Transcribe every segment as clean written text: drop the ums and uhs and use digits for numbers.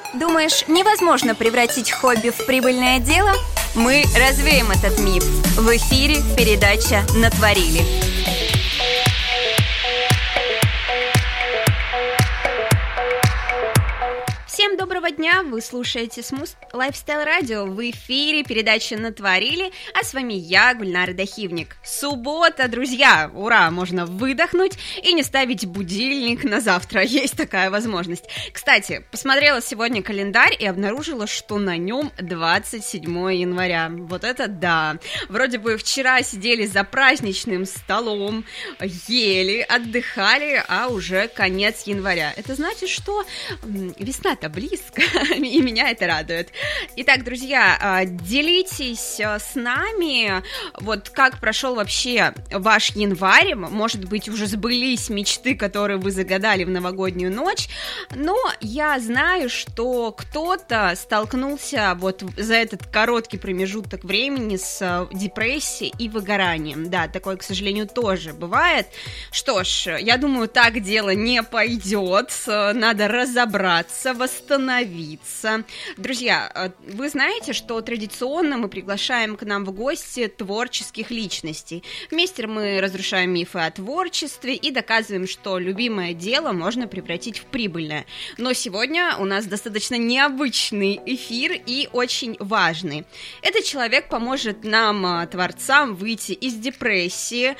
Думаешь, невозможно превратить хобби в прибыльное дело? Мы развеем этот миф. В эфире передача «Натворили». Всем доброго дня, вы слушаете Smooth Lifestyle Radio, в эфире передача «Натворили», а с вами я, Гульнара Дахивник. Суббота, друзья, ура, можно выдохнуть и не ставить будильник на завтра, есть такая возможность. Кстати, посмотрела сегодня календарь и обнаружила, что на нем 27 января, вот это да. Вроде бы вчера сидели за праздничным столом, ели, отдыхали, а уже конец января. Это значит, что весна-то близко, и меня это радует. Итак, друзья, делитесь с нами, вот как прошел вообще ваш январь, может быть, уже сбылись мечты, которые вы загадали в новогоднюю ночь, но я знаю, что кто-то столкнулся вот за этот короткий промежуток времени с депрессией и выгоранием, да, такое, к сожалению, тоже бывает. Что ж, я думаю, так дело не пойдет, надо разобраться, восстановиться. Друзья, вы знаете, что традиционно мы приглашаем к нам в гости творческих личностей. Вместе мы разрушаем мифы о творчестве и доказываем, что любимое дело можно превратить в прибыльное. Но сегодня у нас достаточно необычный эфир и очень важный. Этот человек поможет нам, творцам, выйти из депрессии,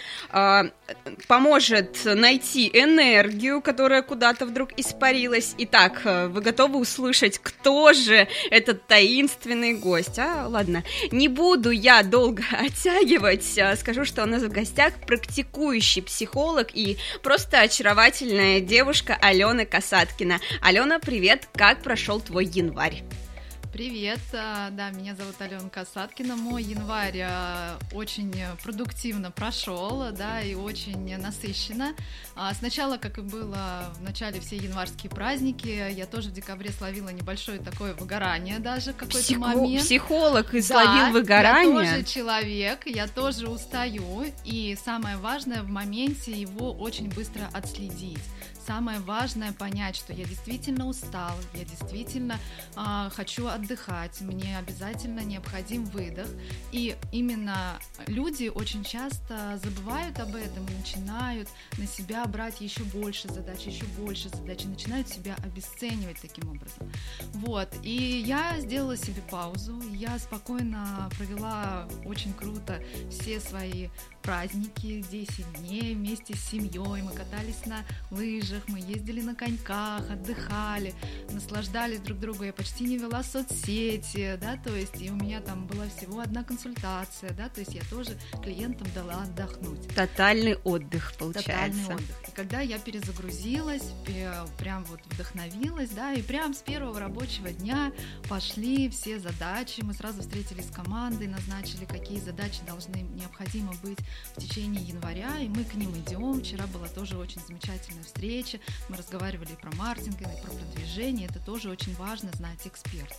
поможет найти энергию, которая куда-то вдруг испарилась. Итак, вы готовы услышать, кто же этот таинственный гость? Ладно, не буду я долго оттягивать, скажу, что у нас в гостях практикующий психолог и просто очаровательная девушка Алена Касаткина. Алена, привет, как прошел твой январь? Привет, да, меня зовут Алена Касаткина. Мой январь очень продуктивно прошел, да, и очень насыщенно. Сначала, как и было в начале все январские праздники, я тоже в декабре словила небольшое такое выгорание даже, какой-то момент. Психолог и словил выгорание? Я тоже человек, я тоже устаю, и самое важное в моменте его очень быстро отследить. Самое важное понять, что я действительно устал, я действительно хочу отдыхать, мне обязательно необходим выдох. И именно люди очень часто забывают об этом и начинают на себя брать еще больше задач, и начинают себя обесценивать таким образом. Вот, и я сделала себе паузу, я спокойно провела очень круто все свои праздники, 10 дней вместе с семьей, мы катались на лыжах, мы ездили на коньках, отдыхали, наслаждались друг другу, я почти не вела соцсети, да, то есть, и у меня там была всего одна консультация, да, то есть я тоже клиентам дала отдохнуть. Тотальный отдых, получается. Тотальный отдых. И когда я перезагрузилась, прям вот вдохновилась, да, и прям с первого рабочего дня пошли все задачи, мы сразу встретились с командой, назначили, какие задачи необходимо быть в течение января, и мы к ним идем. Вчера была тоже очень замечательная встреча, мы разговаривали и про маркетинг, и про продвижение, это тоже очень важно знать эксперту.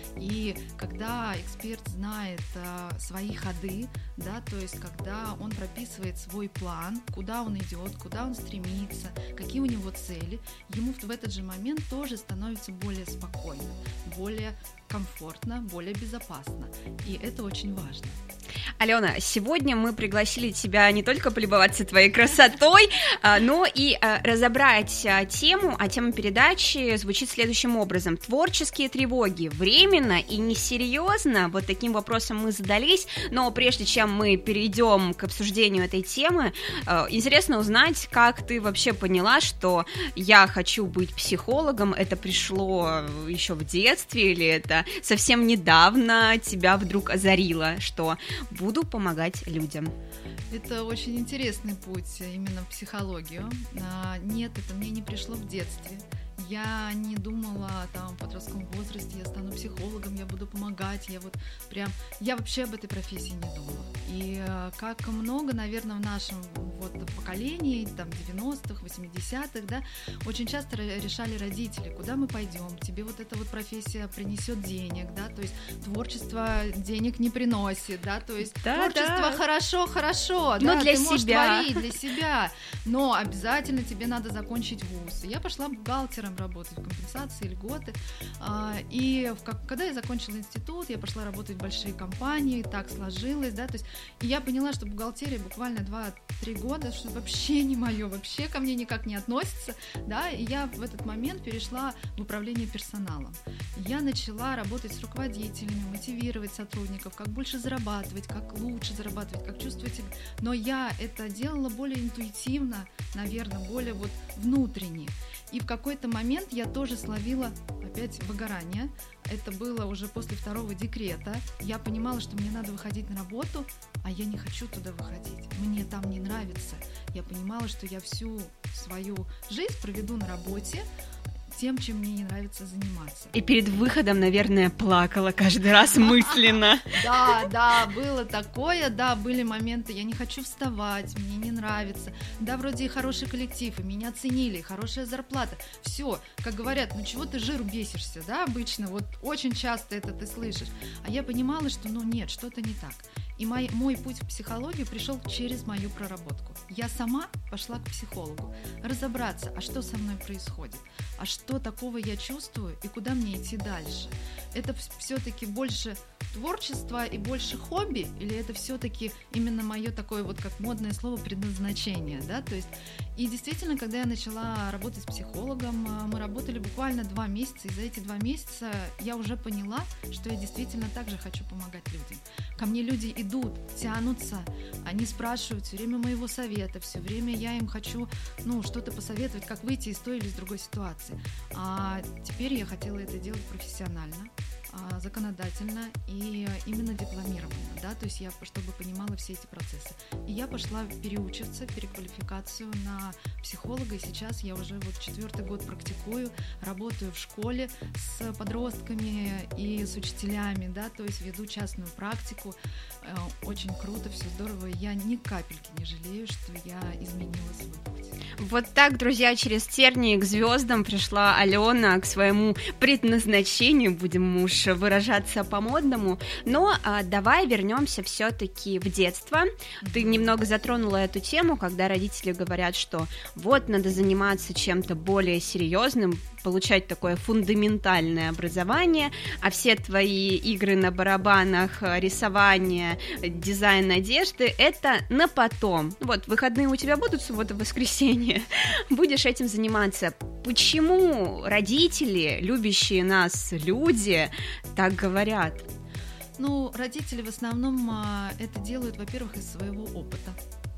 И когда эксперт знает свои ходы, да, то есть когда он прописывает свой план, куда он идет, куда он стремится, какие у него цели, ему в этот же момент тоже становится более спокойно, более комфортно, более безопасно. И это очень важно. Алена, сегодня мы пригласили тебя не только полюбоваться твоей красотой, но и разобрать тему, а тема передачи звучит следующим образом. Творческие тревоги. Временно и несерьезно? Вот таким вопросом мы задались, но прежде чем мы перейдем к обсуждению этой темы, интересно узнать, как ты вообще поняла, что я хочу быть психологом, это пришло еще в детстве или это совсем недавно тебя вдруг озарило, что буду помогать людям? Это очень интересный путь именно в психологию. Нет, это мне не пришло в детстве. Я не думала там в подростковом возрасте, я стану психологом, я буду помогать, я вообще об этой профессии не думала. И как много, наверное, в нашем вот поколении, там, 90-х, 80-х, да, очень часто решали родители, куда мы пойдем, тебе вот эта вот профессия принесет денег, да, то есть творчество денег не приносит, да, то есть творчество хорошо, но да, для ты можешь себя. творить для себя, но обязательно тебе надо закончить вуз. И я пошла бухгалтером продолжаем работать в компенсации, льготы. И когда я закончила институт, я пошла работать в большие компании, так сложилось, да, то есть, и я поняла, что бухгалтерия буквально 2-3 года, что вообще не мое, вообще ко мне никак не относится, да, и я в этот момент перешла в управление персоналом. Я начала работать с руководителями, мотивировать сотрудников, как больше зарабатывать, как лучше зарабатывать, как чувствовать себя. Но я это делала более интуитивно, наверное, более вот внутренне. И в какой-то момент я тоже словила опять выгорание. Это было уже после 2-го декрета. Я понимала, что мне надо выходить на работу, а я не хочу туда выходить. Мне там не нравится. Я понимала, что я всю свою жизнь проведу на работе, тем, чем мне не нравится заниматься. И перед выходом, наверное, плакала каждый раз мысленно. Да, было такое, да, были моменты, я не хочу вставать, мне не нравится. Да, вроде и хороший коллектив, и меня ценили, и хорошая зарплата. Все, как говорят, ну чего ты жиру бесишься, да, обычно, вот очень часто это ты слышишь. А я понимала, что, ну нет, что-то не так. И мой путь в психологию пришел через мою проработку. Я сама пошла к психологу разобраться, а что со мной происходит, а что такого я чувствую и куда мне идти дальше. Это все-таки больше творчество и больше хобби, или это все-таки именно мое такое вот как модное слово предназначение, да, то есть и действительно, когда я начала работать с психологом, мы работали буквально 2 месяца, и за эти 2 месяца я уже поняла, что я действительно также хочу помогать людям. Ко мне люди идут, тянутся, они спрашивают все время моего совета, все время я им хочу, ну, что-то посоветовать, как выйти из той или из другой ситуации. А теперь я хотела это делать профессионально, законодательно и именно дипломированно, да, то есть я, чтобы понимала все эти процессы. И я пошла переучиться, переквалификацию на психолога, и сейчас я уже вот 4-й год практикую, работаю в школе с подростками и с учителями, да, то есть веду частную практику. Очень круто, все здорово, и я ни капельки не жалею, что я изменила свой путь. Вот так, друзья, через тернии к звездам пришла Алена к своему предназначению, будем уж выражаться по-модному. Но давай вернемся все-таки в детство. Ты немного затронула эту тему, когда родители говорят, что вот надо заниматься чем-то более серьезным, получать такое фундаментальное образование, а все твои игры на барабанах, рисование, дизайн одежды — это на потом. Вот, выходные у тебя будут, суббота, воскресенье, будешь этим заниматься. Почему родители, любящие нас люди, так говорят? Ну, родители в основном это делают, во-первых, из своего опыта,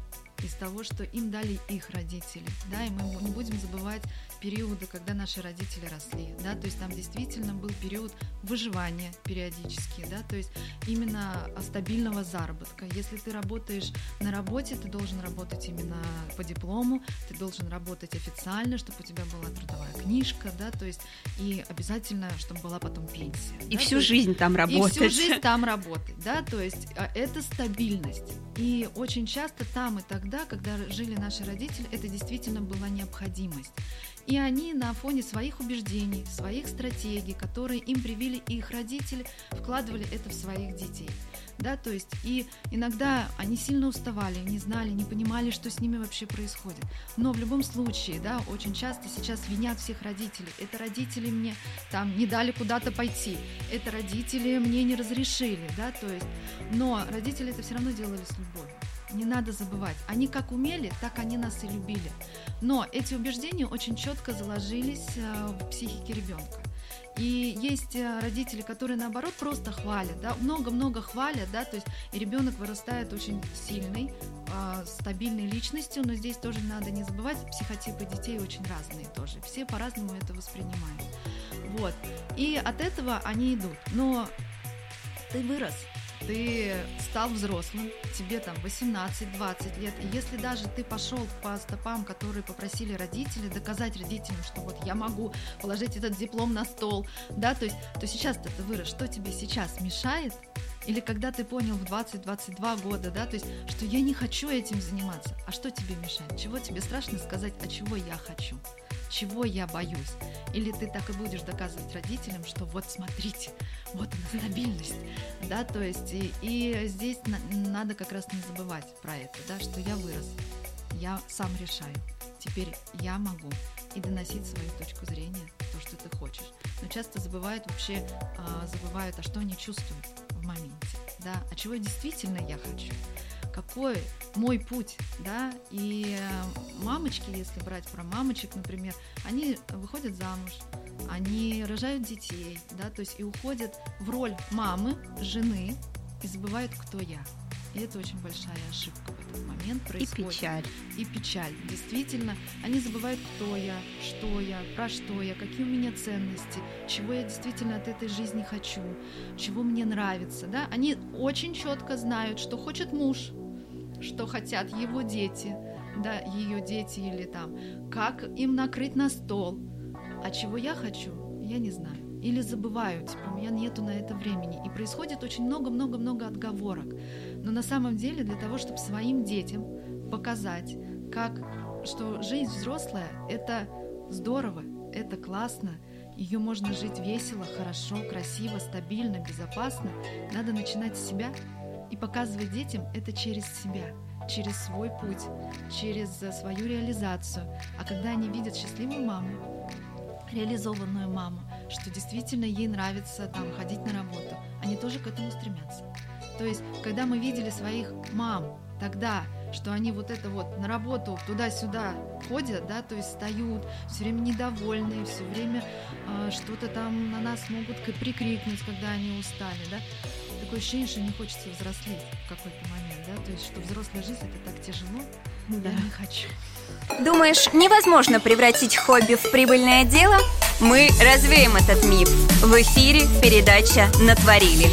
из того, что им дали их родители, да, и мы не будем забывать периоды, когда наши родители росли, да, то есть там действительно был период выживания периодически, да, то есть именно стабильного заработка. Если ты работаешь на работе, ты должен работать именно по диплому, ты должен работать официально, чтобы у тебя была трудовая книжка, да, то есть и обязательно, чтобы была потом пенсия. И да, всю жизнь там работать. И всю жизнь там работать, да, то есть это стабильность. И очень часто там и тогда, когда жили наши родители, это действительно была необходимость. И они на фоне своих убеждений, своих стратегий, которые им привили их родители, вкладывали это в своих детей. Да, то есть и иногда они сильно уставали, не знали, не понимали, что с ними вообще происходит. Но в любом случае, да, очень часто сейчас винят всех родителей. Это родители мне там не дали куда-то пойти, это родители мне не разрешили, да, то есть. Но родители это все равно делали с любовью. Не надо забывать. Они как умели, так они нас и любили. Но эти убеждения очень четко заложились в психике ребенка. И есть родители, которые, наоборот, просто хвалят, да, много-много хвалят, да, то есть и ребенок вырастает очень сильной, стабильной личностью, но здесь тоже надо не забывать, психотипы детей очень разные тоже, все по-разному это воспринимают. Вот. И от этого они идут. Но ты вырос, ты стал взрослым, тебе там 18-20 лет, и если даже ты пошел по стопам, которые попросили родители, доказать родителям, что вот я могу положить этот диплом на стол, да, то есть, то сейчас-то ты вырос, что тебе сейчас мешает? Или когда ты понял в 20-22 года, да, то есть, что я не хочу этим заниматься, а что тебе мешает? Чего тебе страшно сказать, а чего я хочу? Чего я боюсь? Или ты так и будешь доказывать родителям, что вот смотрите, вот она стабильность, да, то есть и здесь надо как раз не забывать про это, да, что я вырос, я сам решаю. Теперь я могу и доносить свою точку зрения, то, что ты хочешь. Но часто забывают, а что они чувствуют в моменте, да, а чего действительно я хочу, какой мой путь, да, и мамочки, если брать про мамочек, например, они выходят замуж, они рожают детей, да, то есть и уходят в роль мамы, жены, и забывают, кто я. И это очень большая ошибка в этот момент происходит. И печаль. Действительно, они забывают, кто я, про что я, какие у меня ценности, чего я действительно от этой жизни хочу, чего мне нравится. Да? Они очень четко знают, что хочет муж, что хотят его дети, да, ее дети или там, как им накрыть на стол. А чего я хочу, я не знаю. Или забываю, у меня нету на это времени. И происходит очень много-много-много отговорок. Но на самом деле для того, чтобы своим детям показать, что жизнь взрослая – это здорово, это классно, ее можно жить весело, хорошо, красиво, стабильно, безопасно, надо начинать с себя и показывать детям это через себя, через свой путь, через свою реализацию. А когда они видят счастливую маму, реализованную маму, что действительно ей нравится ходить на работу, они тоже к этому стремятся. То есть, когда мы видели своих мам тогда, что они на работу туда-сюда ходят, да, то есть встают, все время недовольные, все время что-то там на нас могут прикрикнуть, когда они устали, да, такое ощущение, что не хочется взрослеть в какой-то момент, да, то есть, что взрослая жизнь это так тяжело, да. Я не хочу. Думаешь, невозможно превратить хобби в прибыльное дело? Мы развеем этот миф. В эфире передача «Натворили».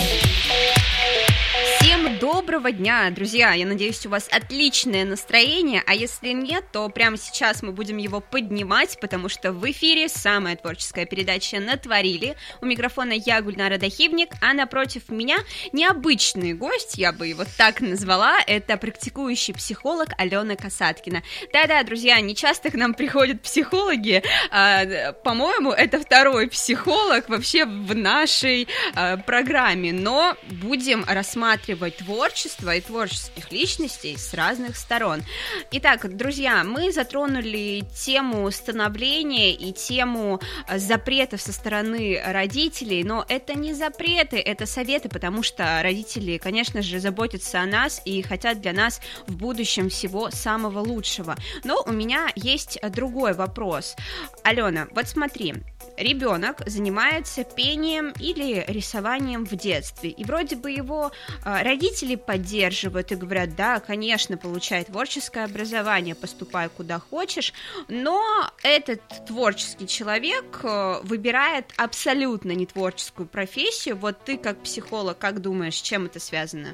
Всем доброго дня, друзья! Я надеюсь, у вас отличное настроение, а если нет, то прямо сейчас мы будем его поднимать, потому что в эфире самая творческая передача «Натворили». У микрофона я, Гульнара Дахивник, а напротив меня необычный гость, я бы его так назвала, это практикующий психолог Алена Касаткина. Да-да, друзья, не часто к нам приходят психологи, по-моему, это второй психолог вообще в нашей программе, но будем рассматривать творчество и творческих личностей с разных сторон. Итак, друзья, мы затронули тему становления и тему запретов со стороны родителей, но это не запреты, это советы, потому что родители, конечно же, заботятся о нас и хотят для нас в будущем всего самого лучшего. Но у меня есть другой вопрос. Алена, вот смотри, ребенок занимается пением или рисованием в детстве, и вроде бы его родители поддерживают и говорят: да, конечно, получай творческое образование, поступай куда хочешь, но этот творческий человек выбирает абсолютно не творческую профессию. Вот ты как психолог, как думаешь, с чем это связано?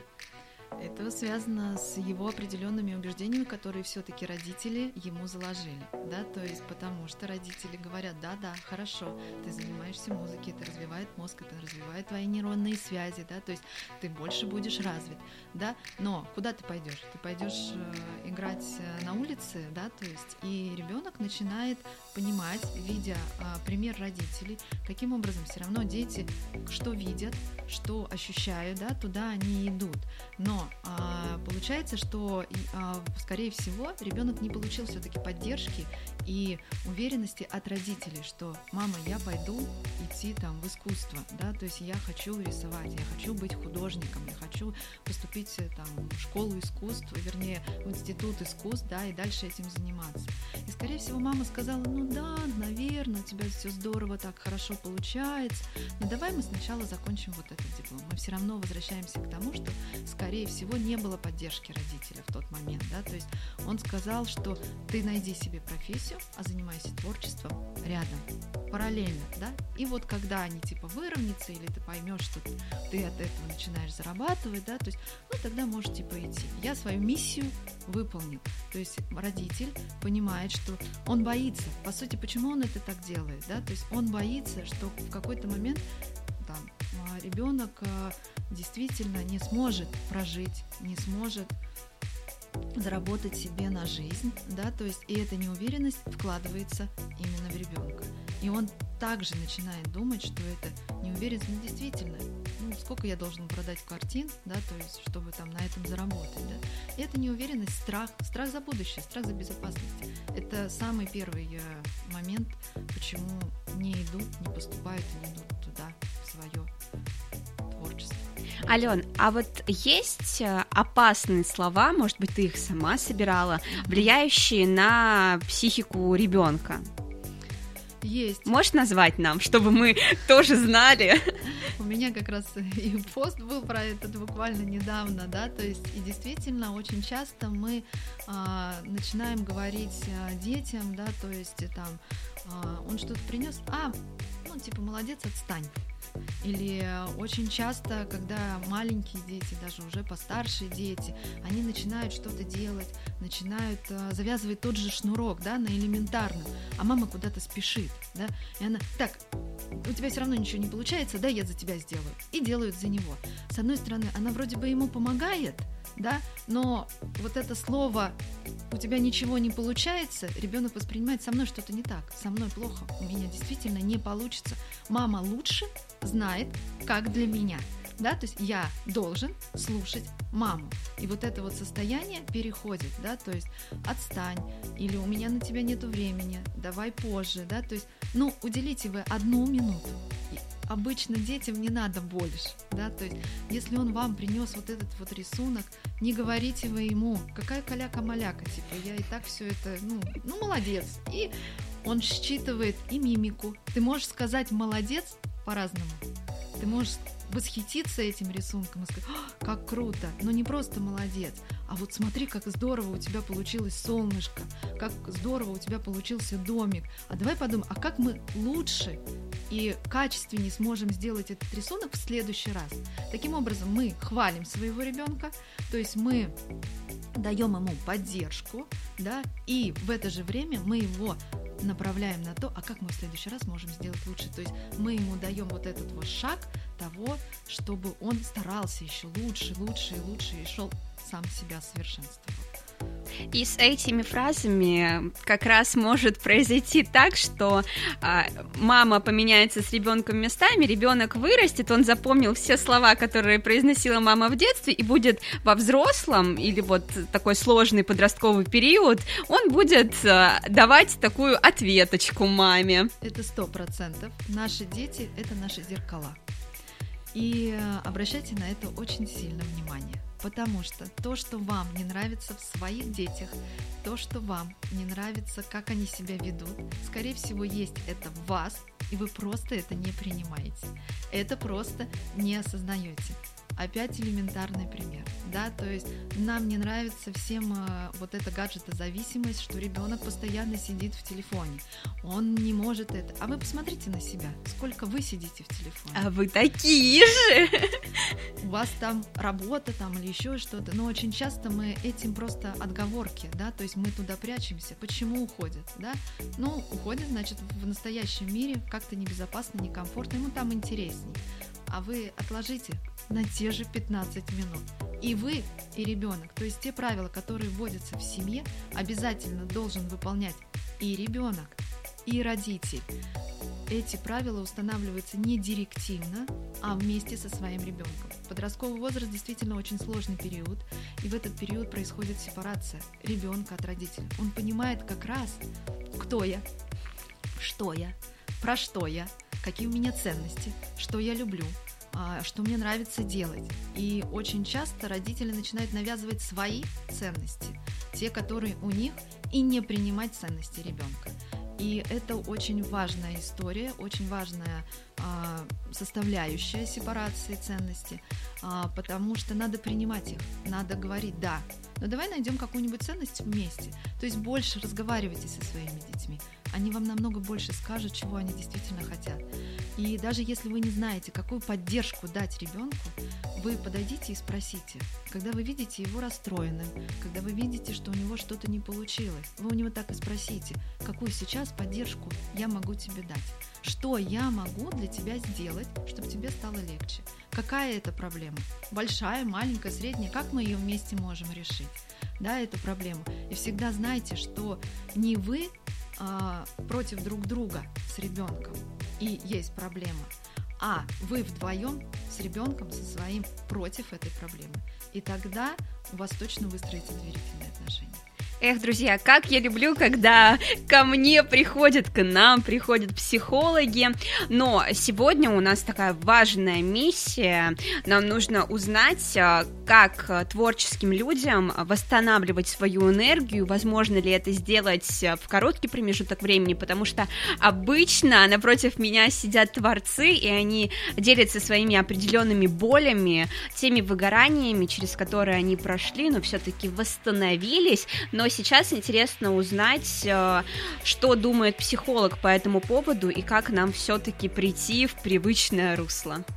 Это связано с его определенными убеждениями, которые все-таки родители ему заложили, да, то есть потому что родители говорят: да, хорошо, ты занимаешься музыкой, это развивает мозг, это развивает твои нейронные связи, да, то есть ты больше будешь развит, да, но куда ты пойдешь? Ты пойдешь играть на улице, да, то есть и ребенок начинает понимать, видя пример родителей, каким образом все равно дети что видят, что ощущают, да, туда они идут, но получается, что, скорее всего, ребенок не получил все-таки поддержки и уверенности от родителей, что: мама, я пойду идти в искусство, да, то есть я хочу рисовать, я хочу быть художником, я хочу поступить в школу искусств, вернее, в институт искусств, да, и дальше этим заниматься. И, скорее всего, мама сказала: ну да, наверное, у тебя все здорово, так хорошо получается, но давай мы сначала закончим вот этот диплом. Мы все равно возвращаемся к тому, что, скорее всего, не было поддержки родителя в тот момент, да, то есть он сказал, что ты найди себе профессию, а занимайся творчеством рядом, параллельно, да, и вот когда они выровнятся, или ты поймешь, что ты от этого начинаешь зарабатывать, да, то есть, тогда можешь идти. Я свою миссию выполнил, то есть родитель понимает, что он боится, по сути, почему он это так делает, да, то есть он боится, что в какой-то момент ребенок действительно не сможет прожить, не сможет заработать себе на жизнь, да, то есть и эта неуверенность вкладывается именно в ребенка. И он также начинает думать, что это неуверенность. Ну, действительно, сколько я должен продать картин, да, то есть, чтобы там на этом заработать, да. И это неуверенность, страх за будущее, страх за безопасность. Это самый первый момент, почему не идут, не поступают и не идут туда, в свое творчество. Ален, а вот есть опасные слова, может быть, ты их сама собирала, влияющие на психику ребенка? Есть. Можешь назвать нам, чтобы мы тоже знали? У меня как раз и пост был про это буквально недавно, да, то есть и действительно очень часто мы начинаем говорить детям, да, то есть там он что-то принес, типа молодец, отстань. Или очень часто, когда маленькие дети, даже уже постарше дети, они начинают что-то делать, начинают завязывать тот же шнурок, да, на элементарном, а мама куда-то спешит, да, и она, так, у тебя все равно ничего не получается, да, я за тебя сделаю, и делают за него. С одной стороны, она вроде бы ему помогает, да, но вот это слово «у тебя ничего не получается», ребенок воспринимает: со мной что-то не так, со мной плохо, у меня действительно не получится. Мама лучше знает, как для меня, да, то есть я должен слушать маму. И вот это вот состояние переходит, да, то есть отстань, или у меня на тебя нету времени, давай позже, да, то есть, уделите вы 1 минуту. Обычно детям не надо больше, да, то есть если он вам принес вот этот вот рисунок, не говорите вы ему: какая каляка-маляка, типа, я и так все это, молодец. И он считывает и мимику. Ты можешь сказать «молодец» по-разному. Ты можешь восхититься этим рисунком и сказать: как круто, но не просто молодец, а вот смотри, как здорово у тебя получилось солнышко, как здорово у тебя получился домик. А давай подумаем, а как мы лучше и качественнее сможем сделать этот рисунок в следующий раз. Таким образом, мы хвалим своего ребенка, то есть мы даем ему поддержку, да, и в это же время мы его направляем на то, а как мы в следующий раз можем сделать лучше. То есть мы ему даем вот этот вот шаг того, чтобы он старался еще лучше и шел сам себя совершенствовать. И с этими фразами как раз может произойти так, что мама поменяется с ребенком местами, ребенок вырастет, он запомнил все слова, которые произносила мама в детстве, и будет во взрослом или вот такой сложный подростковый период, он будет давать такую ответочку маме. Это 100%. Наши дети — это наши зеркала. И обращайте на это очень сильно внимание. Потому что то, что вам не нравится в своих детях, то, что вам не нравится, как они себя ведут, скорее всего, есть это в вас, и вы просто это не принимаете. Это просто не осознаете. Опять элементарный пример, да, то есть нам не нравится всем вот эта гаджетозависимость, что ребенок постоянно сидит в телефоне, он не может это. А вы посмотрите на себя, сколько вы сидите в телефоне. А вы такие же! У вас там работа там или еще что-то, но очень часто мы этим просто отговорки, да, то есть мы туда прячемся. Почему уходят, да? Уходят, значит, в настоящем мире как-то небезопасно, некомфортно, ему там интересней. А вы отложите на те же 15 минут. И вы, и ребенок. То есть те правила, которые вводятся в семье, обязательно должен выполнять и ребенок, и родитель. Эти правила устанавливаются не директивно, а вместе со своим ребенком. Подростковый возраст действительно очень сложный период, и в этот период происходит сепарация ребенка от родителей. Он понимает как раз, кто я, что я, про что я, какие у меня ценности, что я люблю, что мне нравится делать. И очень часто родители начинают навязывать свои ценности, те, которые у них, и не принимать ценности ребенка. И это очень важная история, очень важная составляющая сепарации ценностей, потому что надо принимать их, надо говорить «да». Но давай найдем какую-нибудь ценность вместе. То есть больше разговаривайте со своими детьми. Они вам намного больше скажут, чего они действительно хотят. И даже если вы не знаете, какую поддержку дать ребенку, вы подойдите и спросите. Когда вы видите его расстроенным, когда вы видите, что у него что-то не получилось, вы у него так и спросите, какую сейчас поддержку я могу тебе дать. Что я могу для тебя сделать, чтобы тебе стало легче? Какая это проблема? Большая, маленькая, средняя? Как мы ее вместе можем решить? Да, эту проблему. И всегда знайте, что не вы против друг друга с ребенком, и есть проблема, а вы вдвоем с ребенком, со своим, против этой проблемы. И тогда у вас точно выстроятся доверительные отношения. Эх, друзья, как я люблю, когда ко нам приходят психологи, но сегодня у нас такая важная миссия, нам нужно узнать, как творческим людям восстанавливать свою энергию, возможно ли это сделать в короткий промежуток времени, потому что обычно напротив меня сидят творцы, и они делятся своими определенными болями, теми выгораниями, через которые они прошли, но все-таки восстановились, но сейчас интересно узнать, что думает психолог по этому поводу и как нам все-таки прийти в привычное русло.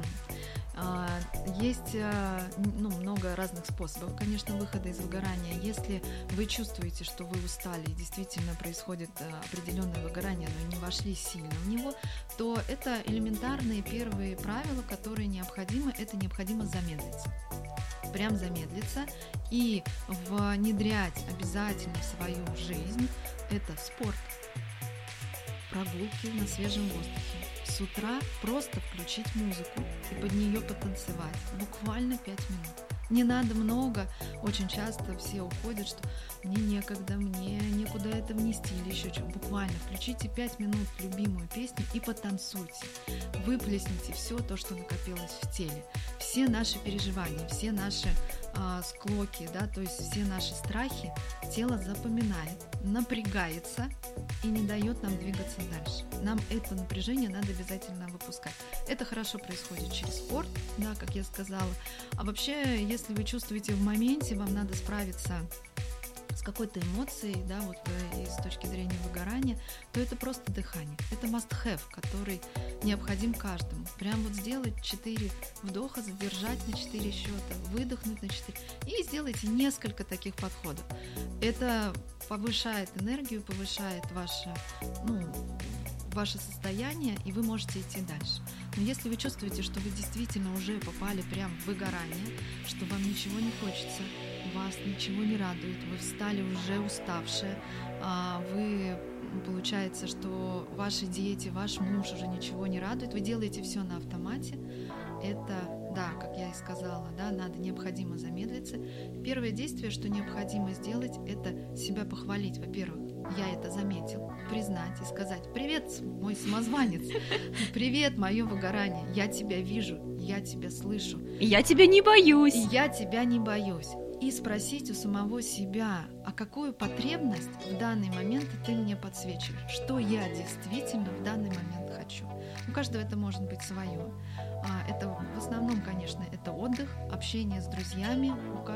Есть много разных способов, конечно, выхода из выгорания. Если вы чувствуете, что вы устали и действительно происходит определенное выгорание, но не вошли сильно в него, то это элементарные первые правила, которые необходимы. Это необходимо замедлиться. Прям замедлиться и внедрять обязательно в свою жизнь это спорт, прогулки на свежем воздухе. С утра просто включить музыку и под нее потанцевать. Буквально 5 минут. Не надо много. Очень часто все уходят, что мне некогда, мне некуда это внести или еще что-то. Буквально включите 5 минут любимую песню и потанцуйте. Выплесните все то, что накопилось в теле. Все наши переживания, все наши склоки, да, то есть все наши страхи тело запоминает, напрягается и не дает нам двигаться дальше. Нам это напряжение надо обязательно выпускать. Это хорошо происходит через спорт, да, как я сказала. А вообще, если вы чувствуете в моменте, вам надо справиться с какой-то эмоцией, да, вот и с точки зрения выгорания, то это просто дыхание. Это must-have, который необходим каждому. Прям вот сделать 4 вдоха, задержать на 4 счета, выдохнуть на 4. И сделайте несколько таких подходов. Это повышает энергию, повышает ваше состояние, и вы можете идти дальше. Но если вы чувствуете, что вы действительно уже попали прям в выгорание, что вам ничего не хочется, вас ничего не радует, вы встали уже уставшие, получается, что ваши дети, ваш муж уже ничего не радует, вы делаете все на автомате, это, да, как я и сказала, да, необходимо замедлиться. Первое действие, что необходимо сделать, это себя похвалить. Во-первых, я это заметил, признать и сказать: привет, мой самозванец, привет, мое выгорание, я тебя вижу, я тебя слышу. Я тебя не боюсь. И я тебя не боюсь. И спросить у самого себя, а какую потребность в данный момент ты мне подсвечиваешь, что я действительно в данный момент хочу. У каждого это может быть свое. Это в основном, конечно, это отдых, общение с друзьями.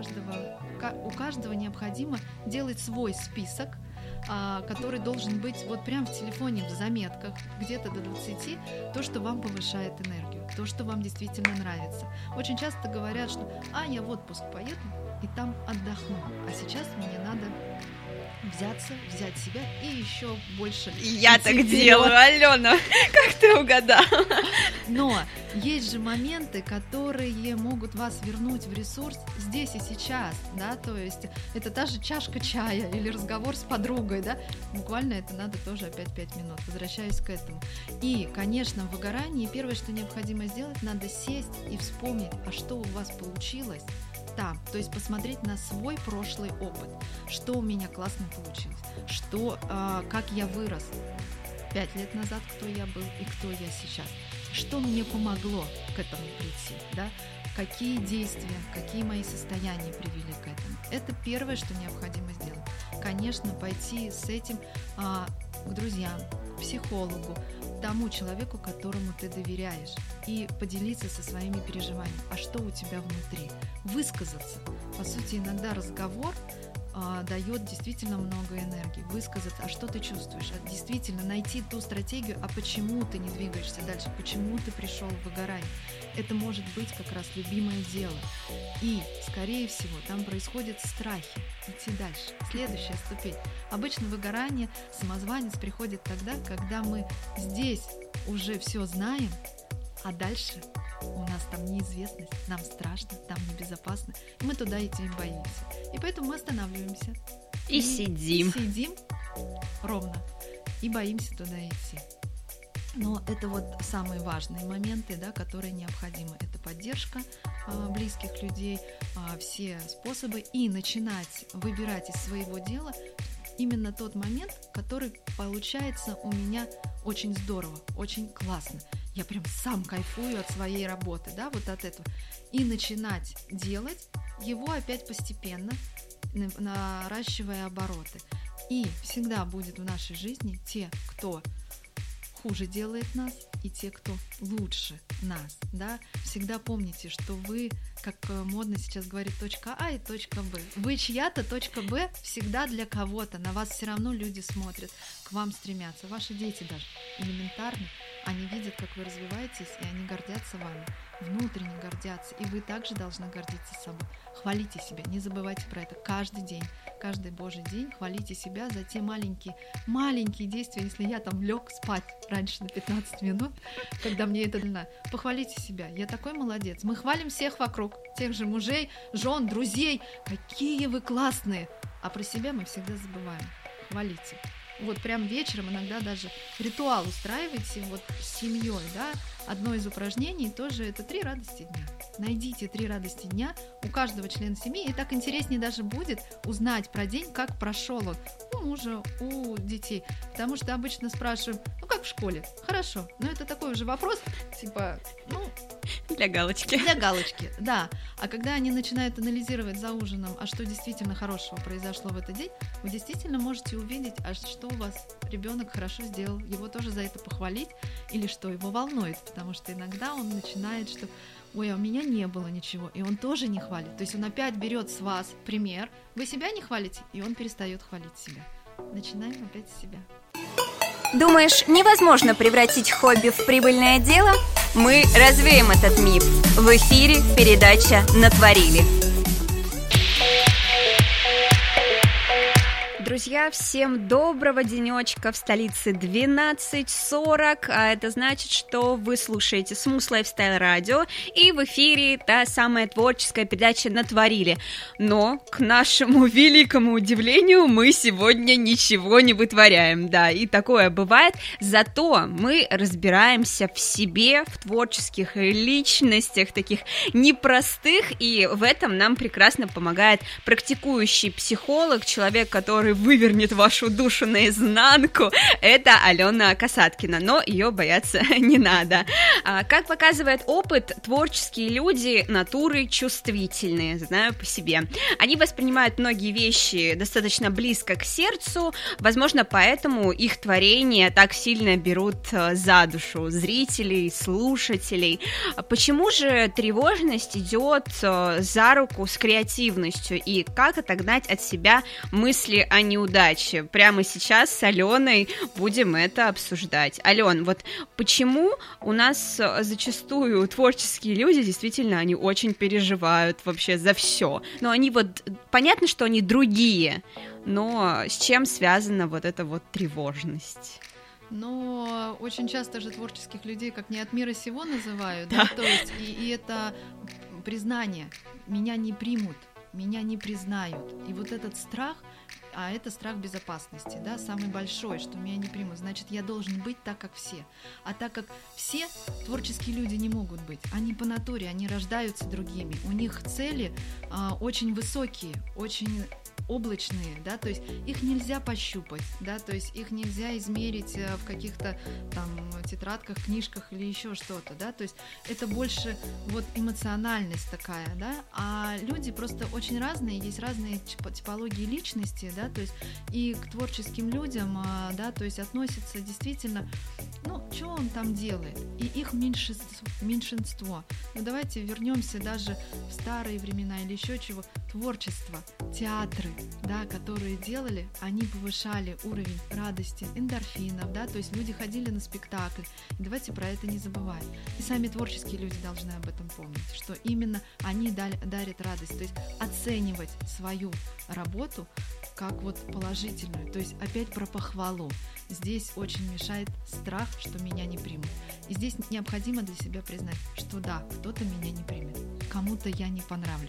У каждого необходимо делать свой список, который должен быть вот прям в телефоне, в заметках, где-то до 20, то, что вам повышает энергию, то, что вам действительно нравится. Очень часто говорят, что я в отпуск поеду и там отдохну, а сейчас мне надо взять себя и еще больше. Я так делаю, Алена, как ты угадала? Но есть же моменты, которые могут вас вернуть в ресурс здесь и сейчас, да, то есть это та же чашка чая или разговор с подругой, да, буквально это надо тоже опять 5 минут, возвращаюсь к этому. И, конечно, в выгорании первое, что необходимо сделать, надо сесть и вспомнить, а что у вас получилось там, то есть посмотреть на свой прошлый опыт, что у меня классно получилось, как я вырос 5 лет назад, кто я был и кто я сейчас, что мне помогло к этому прийти, да? Какие действия, какие мои состояния привели к этому. Это первое, что необходимо сделать. Конечно, пойти с этим к друзьям, к психологу, тому человеку, которому ты доверяешь, и поделиться со своими переживаниями. А что у тебя внутри? Высказаться. По сути, иногда разговор дает действительно много энергии. Высказаться, а что ты чувствуешь? Действительно найти ту стратегию, а почему ты не двигаешься дальше, почему ты пришел в выгорание. Это может быть как раз любимое дело. И, скорее всего, там происходят страхи. Идти дальше. Следующая ступень. Обычно выгорание, самозванец приходит тогда, когда мы здесь уже все знаем, а дальше у нас там неизвестность, нам страшно, там небезопасно, и мы туда идти боимся. И поэтому мы останавливаемся. И сидим. Сидим ровно и боимся туда идти. Но это вот самые важные моменты, да, которые необходимы. Это поддержка близких людей, все способы, и начинать выбирать из своего дела именно тот момент, который получается у меня очень здорово, очень классно. Я прям сам кайфую от своей работы, да, вот от этого. И начинать делать его опять постепенно, наращивая обороты. И всегда будет в нашей жизни те, кто хуже делает нас, и те, кто лучше нас, да. Всегда помните, что вы, как модно сейчас говорить, точка А и точка Б. Вы чья-то точка Б всегда для кого-то. На вас все равно люди смотрят, к вам стремятся. Ваши дети даже элементарно. Они видят, как вы развиваетесь, и они гордятся вами, внутренне гордятся. И вы также должны гордиться собой. Хвалите себя, не забывайте про это каждый день. Каждый божий день хвалите себя за те маленькие действия. Если я там лег спать раньше на 15 минут, когда мне это дано, похвалите себя. Я такой молодец. Мы хвалим всех вокруг, тех же мужей, жен, друзей. Какие вы классные! А про себя мы всегда забываем. Хвалите. Вот прям вечером иногда даже ритуал устраивайте вот с семьей, да. Одно из упражнений тоже это 3 радости дня. Найдите 3 радости дня у каждого члена семьи, и так интереснее даже будет узнать про день, как прошел он у мужа, у детей. Потому что обычно спрашиваем, как в школе? Хорошо. Но это такой уже вопрос, типа, для галочки. Для галочки, да. А когда они начинают анализировать за ужином, а что действительно хорошего произошло в этот день, вы действительно можете увидеть, а что у вас ребенок хорошо сделал, его тоже за это похвалить, или что его волнует, потому что иногда он начинает, что ой, а у меня не было ничего, и он тоже не хвалит. То есть он опять берет с вас пример, вы себя не хвалите, и он перестает хвалить себя. Начинаем опять с себя. Думаешь, невозможно превратить хобби в прибыльное дело? Мы развеем этот миф. В эфире передача «Натворили». Друзья, всем доброго денечка. В столице 12:40, а это значит, что вы слушаете Smooth Lifestyle Radio, и в эфире та самая творческая передача «Натворили». Но, к нашему великому удивлению, мы сегодня ничего не вытворяем, да, и такое бывает, зато мы разбираемся в себе, в творческих личностях, таких непростых, и в этом нам прекрасно помогает практикующий психолог, человек, который вывернет вашу душу наизнанку. Это Алена Касаткина, но ее бояться не надо. Как показывает опыт, творческие люди натуры чувствительные, знаю по себе. Они воспринимают многие вещи достаточно близко к сердцу, возможно, поэтому их творения так сильно берут за душу зрителей, слушателей. Почему же тревожность идет за руку с креативностью, и как отогнать от себя мысли о неудаче? Прямо сейчас с Аленой будем это обсуждать. Ален, вот почему у нас зачастую творческие люди, действительно, они очень переживают вообще за все, но они вот, понятно, что они другие, но с чем связана вот эта вот тревожность? Но очень часто же творческих людей как не от мира сего называют, да? То есть и это признание, меня не примут, меня не признают, и вот этот страх, а это страх безопасности, да, самый большой, что меня не примут, значит, я должен быть так, как все. А так как все творческие люди не могут быть, они по натуре, они рождаются другими, у них цели очень высокие, очень облачные, да, то есть их нельзя пощупать, да, то есть их нельзя измерить в каких-то там тетрадках, книжках или еще что-то, да, то есть это больше вот эмоциональность такая, да, а люди просто очень разные, есть разные типологии личности, да, то есть и к творческим людям, да, то есть относятся действительно, ну, что он там делает, и их меньшинство. Ну, давайте вернемся даже в старые времена или еще чего, творчество, театры, да, которые делали, они повышали уровень радости, эндорфинов, да, то есть люди ходили на спектакль, и давайте про это не забывать. И сами творческие люди должны об этом помнить, что именно они дарят радость, то есть оценивать свою работу как вот положительную, то есть опять про похвалу. Здесь очень мешает страх, что меня не примут. И здесь необходимо для себя признать, что да, кто-то меня не примет, кому-то я не понравлюсь.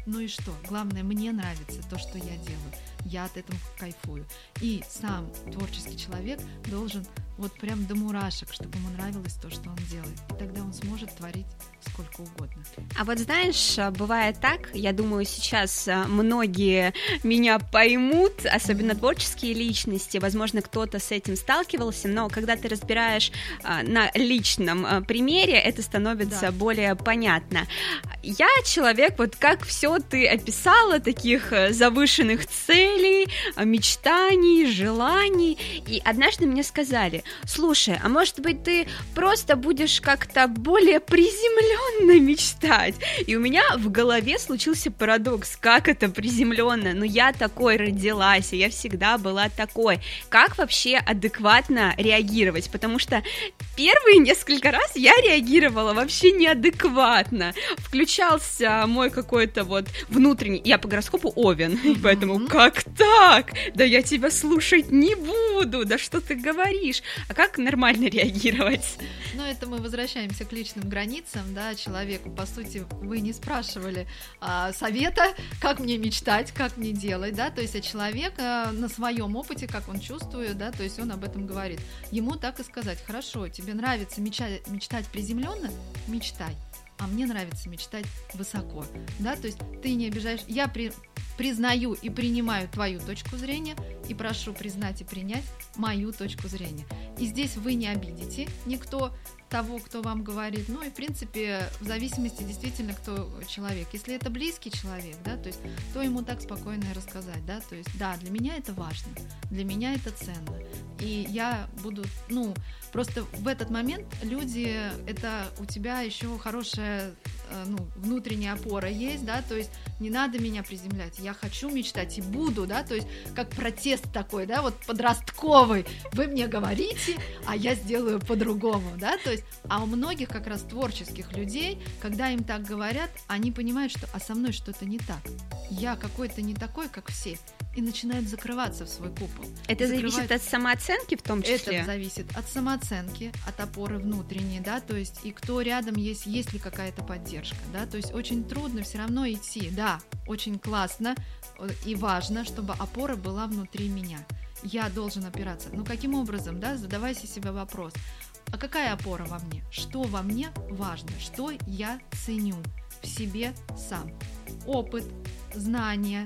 Ну и что? Главное, мне нравится то, что я делаю. Я от этого кайфую. И сам творческий человек должен вот прям до мурашек, чтобы ему нравилось то, что он делает. И тогда он сможет творить сколько угодно. А вот знаешь, бывает так, я думаю, сейчас многие меня поймут, особенно творческие личности, возможно, кто-то с этим сталкивался, но когда ты разбираешь на личном примере, это становится более понятно. Я человек, вот как все ты описала, таких завышенных целей, мечтаний, желаний, и однажды мне сказали: слушай, а может быть ты просто будешь как-то более приземленно мечтать? И у меня в голове случился парадокс: как это приземленно? Ну я такой родилась, и я всегда была такой. Как вообще адекватно реагировать? Потому что первые несколько раз я реагировала вообще неадекватно. Включался мой какой-то вот внутренний... Я по гороскопу Овен, поэтому как так? Да я тебя слушать не буду, да что ты говоришь? А как нормально реагировать? Ну, это мы возвращаемся к личным границам, да, человеку. По сути, вы не спрашивали совета, как мне мечтать, как мне делать, да, то есть человек на своем опыте, как он чувствует, да, то есть он об этом говорит. Ему так и сказать: хорошо, тебе нравится мечтать приземленно, мечтай. А мне нравится мечтать высоко, да, то есть ты не обижаешь, я признаю и принимаю твою точку зрения и прошу признать и принять мою точку зрения. И здесь вы не обидите никто того, кто вам говорит, ну и в принципе в зависимости действительно кто человек. Если это близкий человек, да, то есть то ему так спокойно и рассказать, да, то есть да, для меня это важно, для меня это ценно, и я буду, ну, просто в этот момент люди, это у тебя еще хорошая, ну, внутренняя опора есть, да, то есть не надо меня приземлять, я хочу мечтать и буду, да, то есть как протест такой, да, вот подростковый, вы мне говорите, а я сделаю по-другому, да, то есть, а у многих как раз творческих людей, когда им так говорят, они понимают, что, а со мной что-то не так, я какой-то не такой, как все, и начинают закрываться в свой купол. Это зависит от самооценки в том числе? Это зависит от самооценки, от опоры внутренней, да, то есть и кто рядом есть ли какая-то поддержка, да, то есть очень трудно все равно идти, да, очень классно и важно, чтобы опора была внутри меня, я должен опираться, ну каким образом, да, задавайся себе вопрос, а какая опора во мне, что во мне важно, что я ценю в себе сам, опыт, знания,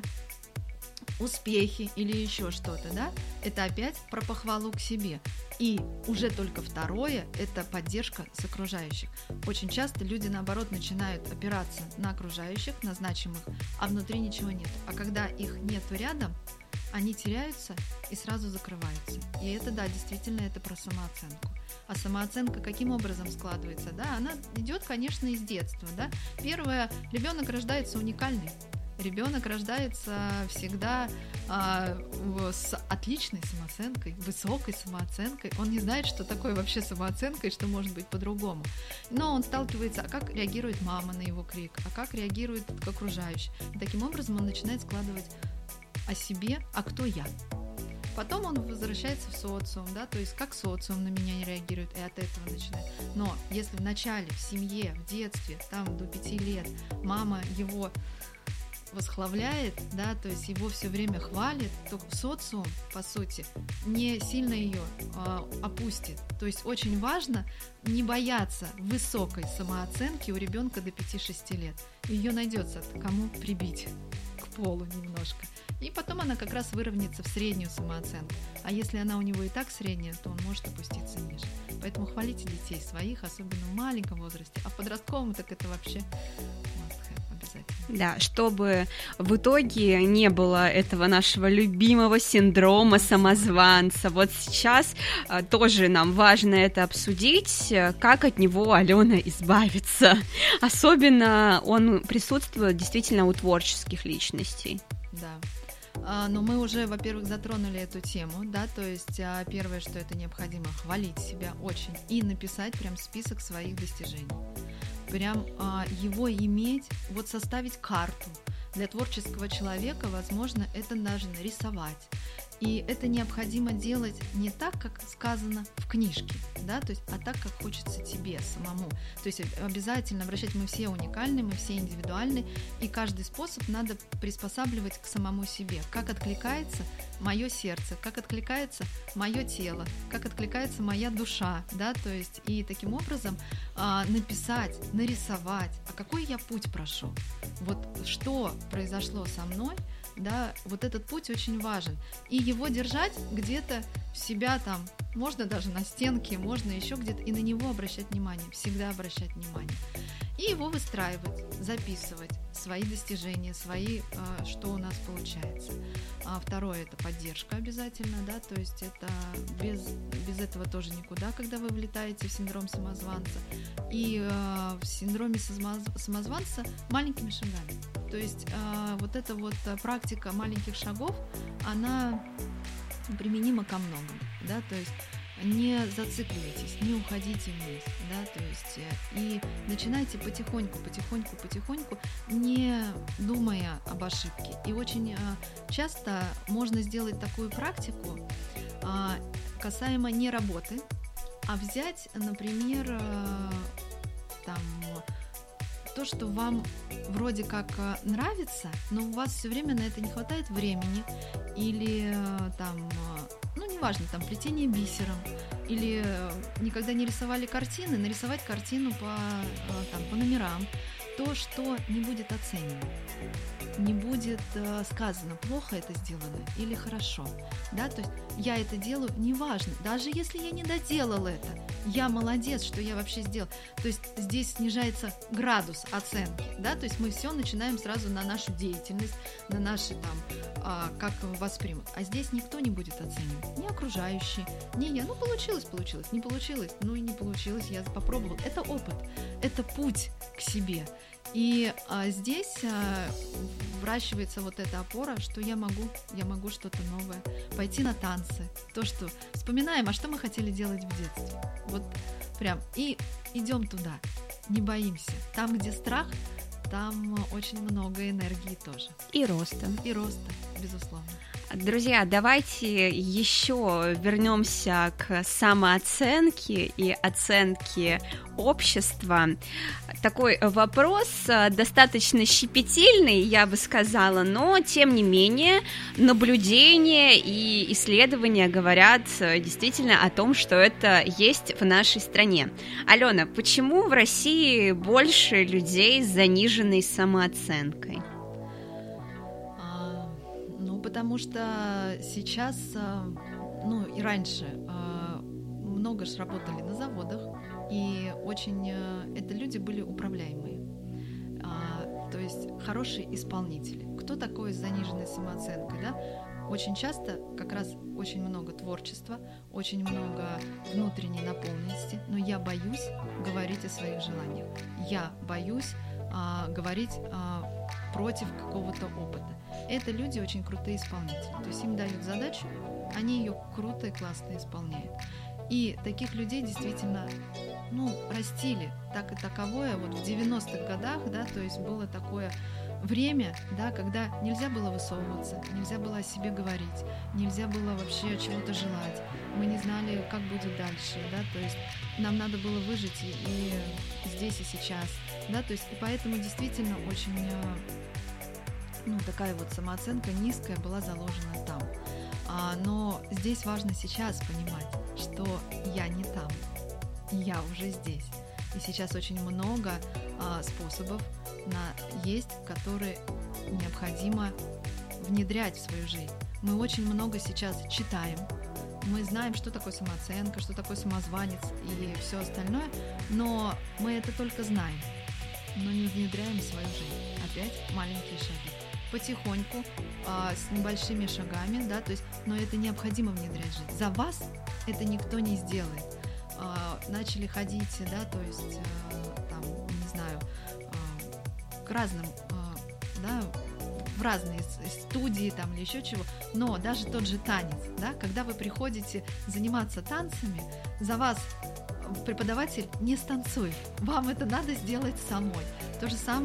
успехи или еще что-то, да, это опять про похвалу к себе. И уже только второе – это поддержка с окружающих. Очень часто люди, наоборот, начинают опираться на окружающих, на значимых, а внутри ничего нет. А когда их нет рядом, они теряются и сразу закрываются. И это, да, действительно, это про самооценку. А самооценка каким образом складывается? Да, она идет, конечно, из детства. Да? Первое, ребенок рождается уникальный. Ребенок рождается всегда с отличной самооценкой, высокой самооценкой. Он не знает, что такое вообще самооценка и что может быть по-другому. Но он сталкивается, а как реагирует мама на его крик, а как реагирует окружающий. И таким образом он начинает складывать о себе, а кто я. Потом он возвращается в социум, да, то есть как социум на меня не реагирует, и от этого начинает. Но если в начале, в семье, в детстве, там до 5 лет мама его восхваляет, да, то есть его все время хвалит, то социум, по сути, не сильно ее опустит. То есть очень важно не бояться высокой самооценки у ребенка до 5-6 лет. Ее найдется кому прибить к полу немножко. И потом она как раз выровняется в среднюю самооценку. А если она у него и так средняя, то он может опуститься ниже. Поэтому хвалите детей своих, особенно в маленьком возрасте. А в подростковом так это вообще обязательно. Да, чтобы в итоге не было этого нашего любимого синдрома самозванца. Вот сейчас тоже нам важно это обсудить, как от него, Алена, избавиться. Особенно он присутствует действительно у творческих личностей. Да. Но мы уже, во-первых, затронули эту тему, да, то есть первое, что это необходимо хвалить себя очень и написать прям список своих достижений. Прям его иметь, вот составить карту. Для творческого человека, возможно, это даже нарисовать. И это необходимо делать не так, как сказано в книжке, да, то есть, а так, как хочется тебе самому. То есть обязательно обращать, мы все уникальны, мы все индивидуальны, и каждый способ надо приспосабливать к самому себе. Как откликается мое сердце, как откликается мое тело, как откликается моя душа, да, то есть и таким образом написать, нарисовать, а какой я путь прошел, вот что произошло со мной. Да, вот этот путь очень важен. И его держать где-то в себя там, можно даже на стенке, можно еще где-то, и на него обращать внимание, всегда обращать внимание. И его выстраивать, записывать, свои достижения, свои, что у нас получается. Второе – это поддержка обязательно, да, то есть это без этого тоже никуда, когда вы влетаете в синдром самозванца. И в синдроме самозванца маленькими шагами. То есть вот эта вот практика маленьких шагов, она применима ко многому, да, то есть не зацикливайтесь, не уходите вниз, да, то есть и начинайте потихоньку, не думая об ошибке. И очень часто можно сделать такую практику касаемо не работы, а взять, например, там то, что вам вроде как нравится, но у вас все время на это не хватает времени, или там, ну неважно, там плетение бисером, или никогда не рисовали картины, нарисовать картину по номерам, то, что не будет оценено, не будет сказано, плохо это сделано или хорошо, да, то есть я это делаю, неважно, даже если я не доделала это, я молодец, что я вообще сделал, то есть здесь снижается градус оценки, да, то есть мы все начинаем сразу на нашу деятельность, на наши там, как воспримут, а здесь никто не будет оценивать, ни окружающие, ни я, ну получилось, не получилось, ну и не получилось, я попробовал, это опыт, это путь к себе. И здесь выращивается вот эта опора, что я могу что-то новое, пойти на танцы, то, что вспоминаем, а что мы хотели делать в детстве, вот прям, и идем туда, не боимся, там, где страх, там очень много энергии тоже. И роста, безусловно. Друзья, давайте еще вернемся к самооценке и оценке общества. Такой вопрос достаточно щепетильный, я бы сказала, но тем не менее наблюдения и исследования говорят действительно о том, что это есть в нашей стране. Алена, почему в России больше людей с заниженной самооценкой? Потому что сейчас, ну и раньше, много ж работали на заводах, и очень это люди были управляемые, то есть хорошие исполнители. Кто такой с заниженной самооценкой, да? Очень часто как раз очень много творчества, очень много внутренней наполненности, но я боюсь говорить о своих желаниях, я боюсь говорить против какого-то опыта. Это люди очень крутые исполнители. То есть им дают задачу, они ее круто и классно исполняют. И таких людей действительно, ну, растили так и таковое. Вот в 90-х годах, да, то есть было такое время, да, когда нельзя было высовываться, нельзя было о себе говорить, нельзя было вообще чего-то желать. Мы не знали, как будет дальше, да, то есть нам надо было выжить и здесь, и сейчас, да, то есть и поэтому действительно очень, ну, такая вот самооценка низкая была заложена там. Но здесь важно сейчас понимать, что я не там, я уже здесь. И сейчас очень много способов есть, которые необходимо внедрять в свою жизнь. Мы очень много сейчас читаем, мы знаем, что такое самооценка, что такое самозванец и все остальное, но мы это только знаем, но не внедряем в свою жизнь. Опять маленькие шаги. Потихоньку, с небольшими шагами, да, то есть, но это необходимо внедрять в жизнь. За вас это никто не сделает. Начали ходить, да, то есть, там, не знаю, к разным, да, в разные студии там или еще чего, но даже тот же танец, да, когда вы приходите заниматься танцами, за вас преподаватель не станцует, вам это надо сделать самой. То же самое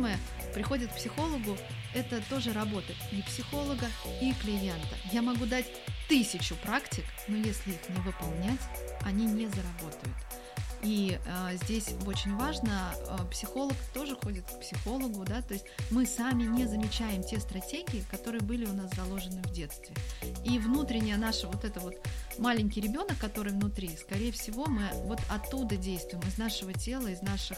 приходит к психологу, это тоже работа и психолога, и клиента. Я могу дать 1000 практик, но если их не выполнять, они не заработают. И здесь очень важно, психолог тоже ходит к психологу, да, то есть мы сами не замечаем те стратегии, которые были у нас заложены в детстве. И внутренняя наша вот это вот маленький ребенок, который внутри, скорее всего, мы вот оттуда действуем, из нашего тела, из наших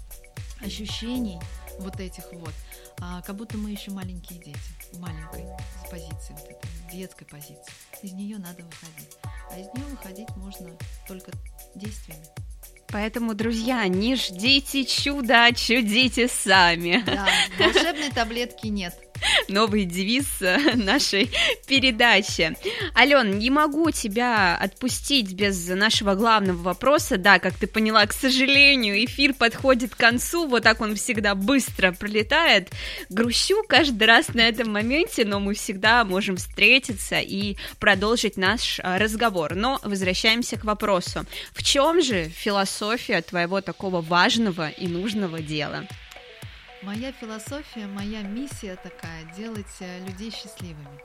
ощущений вот этих вот, как будто мы еще маленькие дети, в маленькой позиции, вот этой детской позиции. Из нее надо выходить. А из нее выходить можно только действиями. Поэтому, друзья, не ждите чуда, чудите сами. Да, волшебной таблетки нет. Новый девиз нашей передачи. Ален, не могу тебя отпустить без нашего главного вопроса. Да, как ты поняла, к сожалению, эфир подходит к концу. Вот так он всегда быстро пролетает. Грущу каждый раз на этом моменте, но мы всегда можем встретиться и продолжить наш разговор. Но возвращаемся к вопросу. В чем же философия твоего такого важного и нужного дела? Моя философия, моя миссия такая – делать людей счастливыми,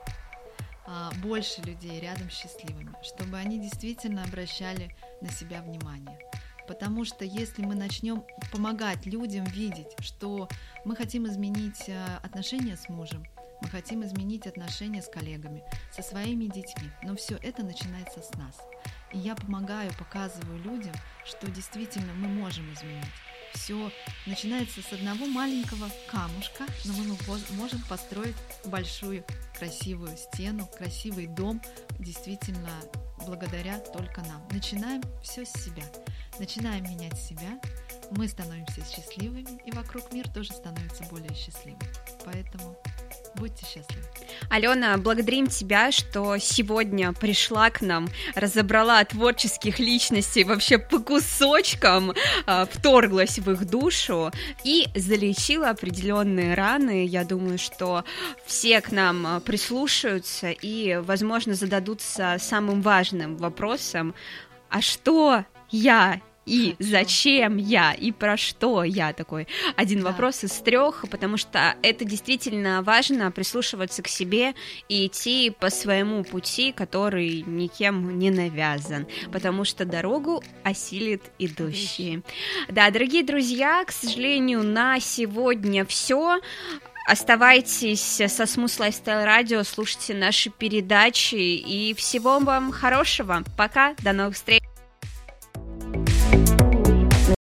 больше людей рядом счастливыми, чтобы они действительно обращали на себя внимание. Потому что если мы начнем помогать людям видеть, что мы хотим изменить отношения с мужем, мы хотим изменить отношения с коллегами, со своими детьми, но все это начинается с нас. И я помогаю, показываю людям, что действительно мы можем изменить. Все начинается с одного маленького камушка, но мы можем построить большую красивую стену, красивый дом, действительно благодаря только нам. Начинаем все с себя, начинаем менять себя, мы становимся счастливыми, и вокруг мир тоже становится более счастливым. Поэтому будьте счастливы. Алена, благодарим тебя, что сегодня пришла к нам, разобрала творческих личностей вообще по кусочкам, вторглась в их душу и залечила определенные раны. Я думаю, что все к нам прислушаются и, возможно, зададутся самым важным вопросом: а что я? И зачем я, и про что я, такой один вопрос из 3, потому что это действительно важно, прислушиваться к себе и идти по своему пути, который никем не навязан, потому что дорогу осилит идущий. Да, дорогие друзья, к сожалению, на сегодня все. Оставайтесь со Smooth Lifestyle Radio, слушайте наши передачи, и всего вам хорошего. Пока, до новых встреч.